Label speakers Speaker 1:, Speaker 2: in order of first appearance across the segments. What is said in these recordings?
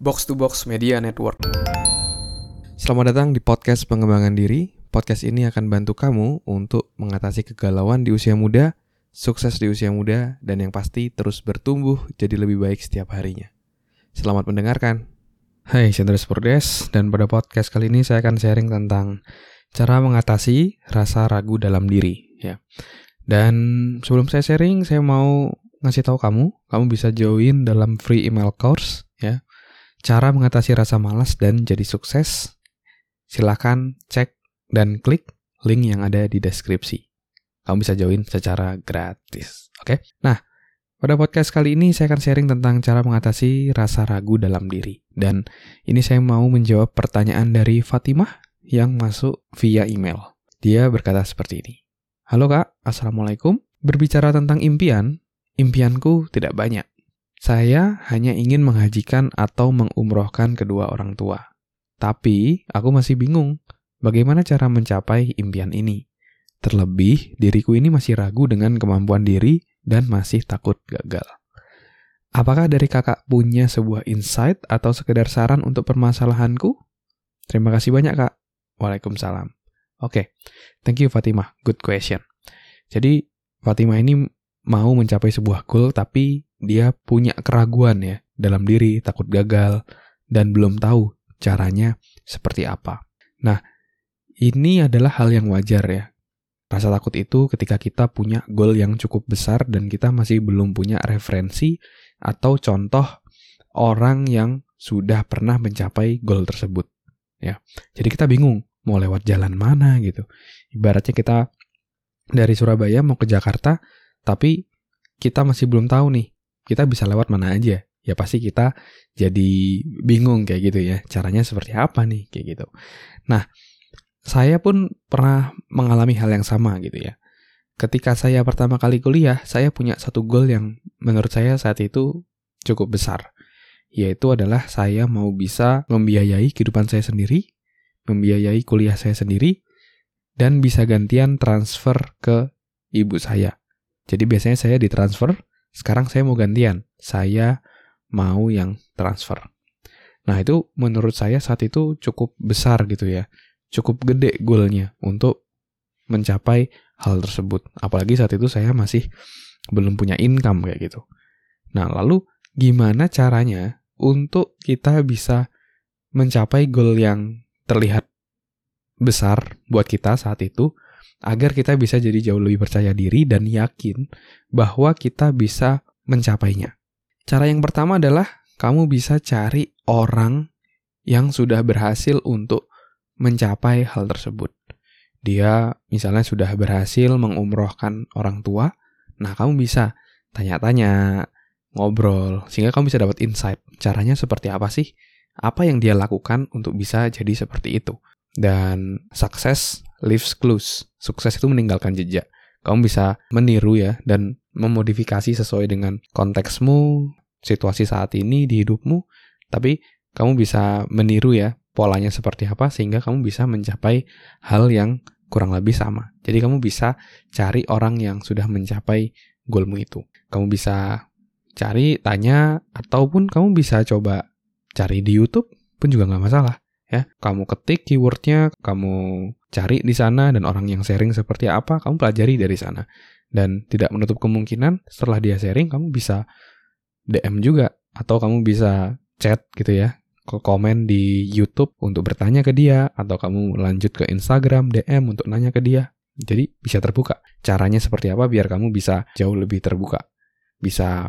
Speaker 1: Box to Box Media Network. Selamat datang di podcast pengembangan diri. Podcast ini akan bantu kamu untuk mengatasi kegalauan di usia muda, sukses di usia muda, dan yang pasti terus bertumbuh jadi lebih baik setiap harinya. Selamat mendengarkan. Hai, saya Andres Purdes, dan pada podcast kali ini saya akan sharing tentang cara mengatasi rasa ragu dalam diri. Ya. Dan sebelum saya sharing, saya mau ngasih tahu kamu bisa join dalam free email course, ya. Cara mengatasi rasa malas dan jadi sukses. Silakan cek dan klik link yang ada di deskripsi. Kamu bisa join secara gratis. Oke? Nah, pada podcast kali ini saya akan sharing tentang cara mengatasi rasa ragu dalam diri. Dan ini saya mau menjawab pertanyaan dari Fatimah yang masuk via email. Dia berkata seperti ini. Halo Kak, Assalamualaikum. Berbicara tentang impian, impianku tidak banyak. Saya hanya ingin menghajikan atau mengumrohkan kedua orang tua. Tapi, aku masih bingung bagaimana cara mencapai impian ini. Terlebih, diriku ini masih ragu dengan kemampuan diri dan masih takut gagal. Apakah dari kakak punya sebuah insight atau sekedar saran untuk permasalahanku? Terima kasih banyak, Kak. Waalaikumsalam. Oke, thank you Fatimah. Good question. Jadi, Fatimah ini mau mencapai sebuah goal tapi dia punya keraguan ya dalam diri, takut gagal, dan belum tahu caranya seperti apa. Nah, ini adalah hal yang wajar ya. Rasa takut itu ketika kita punya goal yang cukup besar dan kita masih belum punya referensi atau contoh orang yang sudah pernah mencapai goal tersebut. Ya, jadi kita bingung mau lewat jalan mana gitu. Ibaratnya kita dari Surabaya mau ke Jakarta, tapi kita masih belum tahu nih, kita bisa lewat mana aja. Ya pasti kita jadi bingung kayak gitu ya. Caranya seperti apa nih kayak gitu. Nah, saya pun pernah mengalami hal yang sama gitu ya. Ketika saya pertama kali kuliah, saya punya satu goal yang menurut saya saat itu cukup besar. Yaitu adalah saya mau bisa membiayai kehidupan saya sendiri, membiayai kuliah saya sendiri, dan bisa gantian transfer ke ibu saya. Jadi biasanya saya ditransfer, sekarang saya mau gantian. Saya mau yang transfer. Nah itu menurut saya saat itu cukup besar gitu ya. Cukup gede goalnya untuk mencapai hal tersebut. Apalagi saat itu saya masih belum punya income kayak gitu. Nah lalu gimana caranya untuk kita bisa mencapai goal yang terlihat besar buat kita saat itu, agar kita bisa jadi jauh lebih percaya diri dan yakin bahwa kita bisa mencapainya. Cara yang pertama adalah kamu bisa cari orang yang sudah berhasil untuk mencapai hal tersebut. Dia misalnya sudah berhasil mengumrohkan orang tua, nah kamu bisa tanya-tanya, ngobrol, sehingga kamu bisa dapat insight. Caranya seperti apa sih? Apa yang dia lakukan untuk bisa jadi seperti itu? Dan success leaves clues. Sukses itu meninggalkan jejak. Kamu bisa meniru ya dan memodifikasi sesuai dengan konteksmu, situasi saat ini di hidupmu. Tapi kamu bisa meniru ya polanya seperti apa sehingga kamu bisa mencapai hal yang kurang lebih sama. Jadi kamu bisa cari orang yang sudah mencapai goalmu itu. Kamu bisa cari, tanya, ataupun kamu bisa coba cari di YouTube pun juga nggak masalah. Ya, kamu ketik keywordnya, kamu cari di sana dan orang yang sharing seperti apa, kamu pelajari dari sana. Dan tidak menutup kemungkinan setelah dia sharing, kamu bisa DM juga. Atau kamu bisa chat gitu ya, ke komen di YouTube untuk bertanya ke dia. Atau kamu lanjut ke Instagram, DM untuk nanya ke dia. Jadi bisa terbuka. Caranya seperti apa biar kamu bisa jauh lebih terbuka. Bisa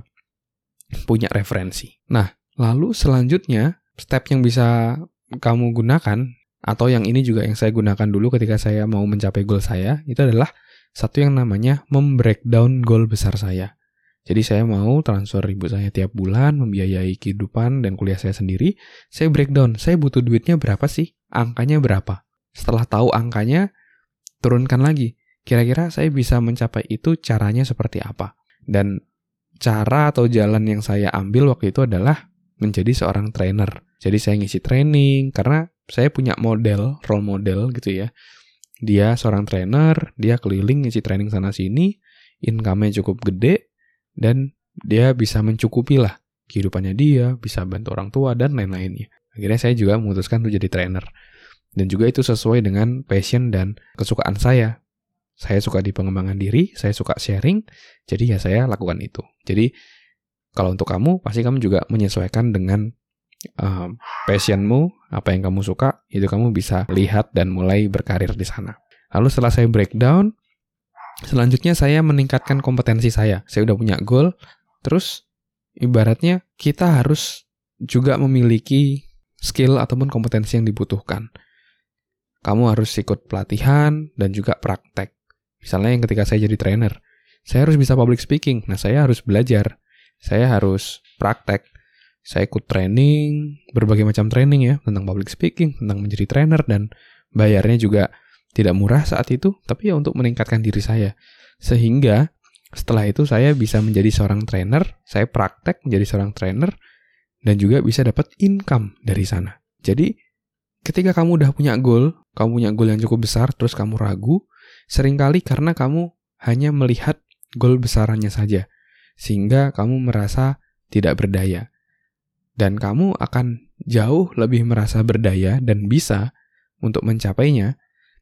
Speaker 1: punya referensi. Nah, lalu selanjutnya, step yang bisa kamu gunakan, atau yang ini juga yang saya gunakan dulu ketika saya mau mencapai goal saya, itu adalah satu yang namanya membreakdown goal besar saya. Jadi saya mau transfer ibu saya tiap bulan, membiayai kehidupan dan kuliah saya sendiri, saya breakdown, saya butuh duitnya berapa sih? Angkanya berapa? Setelah tahu angkanya, turunkan lagi. Kira-kira saya bisa mencapai itu caranya seperti apa? Dan cara atau jalan yang saya ambil waktu itu adalah menjadi seorang trainer. Jadi saya ngisi training karena saya punya model, role model gitu ya. Dia seorang trainer, dia keliling ngisi training sana sini, income-nya cukup gede dan dia bisa mencukupi lah kehidupannya dia, bisa bantu orang tua, dan lain-lainnya. Akhirnya saya juga memutuskan untuk jadi trainer. Dan juga itu sesuai dengan passion dan kesukaan saya. Saya suka di pengembangan diri, saya suka sharing, jadi ya saya lakukan itu. Jadi kalau untuk kamu, pasti kamu juga menyesuaikan dengan passionmu, apa yang kamu suka, itu kamu bisa lihat dan mulai berkarir di sana. Lalu setelah saya breakdown, selanjutnya saya meningkatkan kompetensi saya. Saya udah punya goal, terus ibaratnya kita harus juga memiliki skill ataupun kompetensi yang dibutuhkan. Kamu harus ikut pelatihan dan juga praktek. Misalnya yang ketika saya jadi trainer, saya harus bisa public speaking. Nah, saya harus belajar. Saya harus praktek. Saya ikut training, berbagai macam training ya, tentang public speaking, tentang menjadi trainer, dan bayarnya juga tidak murah saat itu, tapi ya untuk meningkatkan diri saya. Sehingga setelah itu saya bisa menjadi seorang trainer, saya praktek menjadi seorang trainer, dan juga bisa dapat income dari sana. Jadi ketika kamu udah punya goal yang cukup besar, terus kamu ragu, seringkali karena kamu hanya melihat goal besarannya saja, sehingga kamu merasa tidak berdaya. Dan kamu akan jauh lebih merasa berdaya dan bisa untuk mencapainya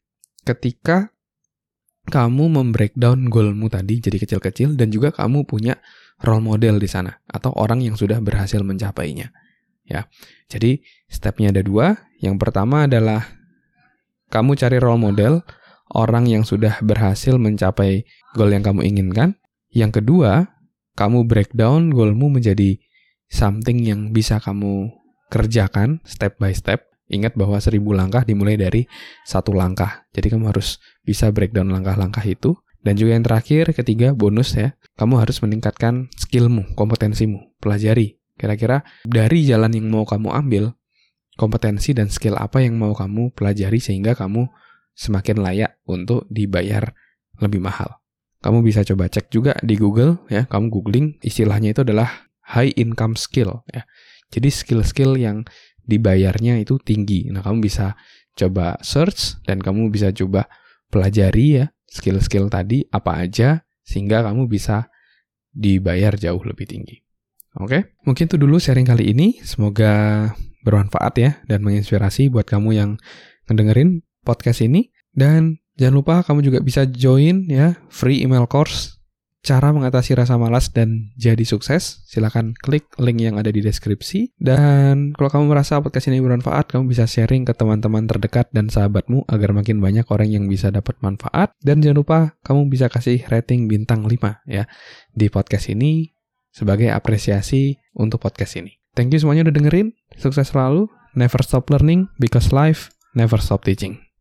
Speaker 1: ketika kamu membreakdown goalmu tadi jadi kecil-kecil dan juga kamu punya role model di sana atau orang yang sudah berhasil mencapainya. Ya, jadi stepnya ada 2. Yang pertama adalah kamu cari role model, orang yang sudah berhasil mencapai goal yang kamu inginkan. Yang kedua, kamu breakdown goalmu menjadi something yang bisa kamu kerjakan step by step. Ingat bahwa 1000 langkah dimulai dari 1 langkah. Jadi kamu harus bisa breakdown langkah-langkah itu. Dan juga yang terakhir, ketiga, bonus ya. Kamu harus meningkatkan skillmu, kompetensimu. Pelajari. Kira-kira dari jalan yang mau kamu ambil, kompetensi dan skill apa yang mau kamu pelajari sehingga kamu semakin layak untuk dibayar lebih mahal. Kamu bisa coba cek juga di Google ya. Kamu googling, istilahnya itu adalah high income skill ya. Jadi skill-skill yang dibayarnya itu tinggi. Nah, kamu bisa coba search dan kamu bisa coba pelajari ya skill-skill tadi apa aja sehingga kamu bisa dibayar jauh lebih tinggi. Oke, mungkin itu dulu sharing kali ini. Semoga bermanfaat ya dan menginspirasi buat kamu yang ngedengerin podcast ini. Dan jangan lupa kamu juga bisa join ya free email course cara mengatasi rasa malas dan jadi sukses. Silakan klik link yang ada di deskripsi. Dan kalau kamu merasa podcast ini bermanfaat, kamu bisa sharing ke teman-teman terdekat dan sahabatmu agar makin banyak orang yang bisa dapat manfaat. Dan jangan lupa kamu bisa kasih rating bintang 5 ya di podcast ini sebagai apresiasi untuk podcast ini. Thank you semuanya udah dengerin. Sukses selalu. Never stop learning because life never stop teaching.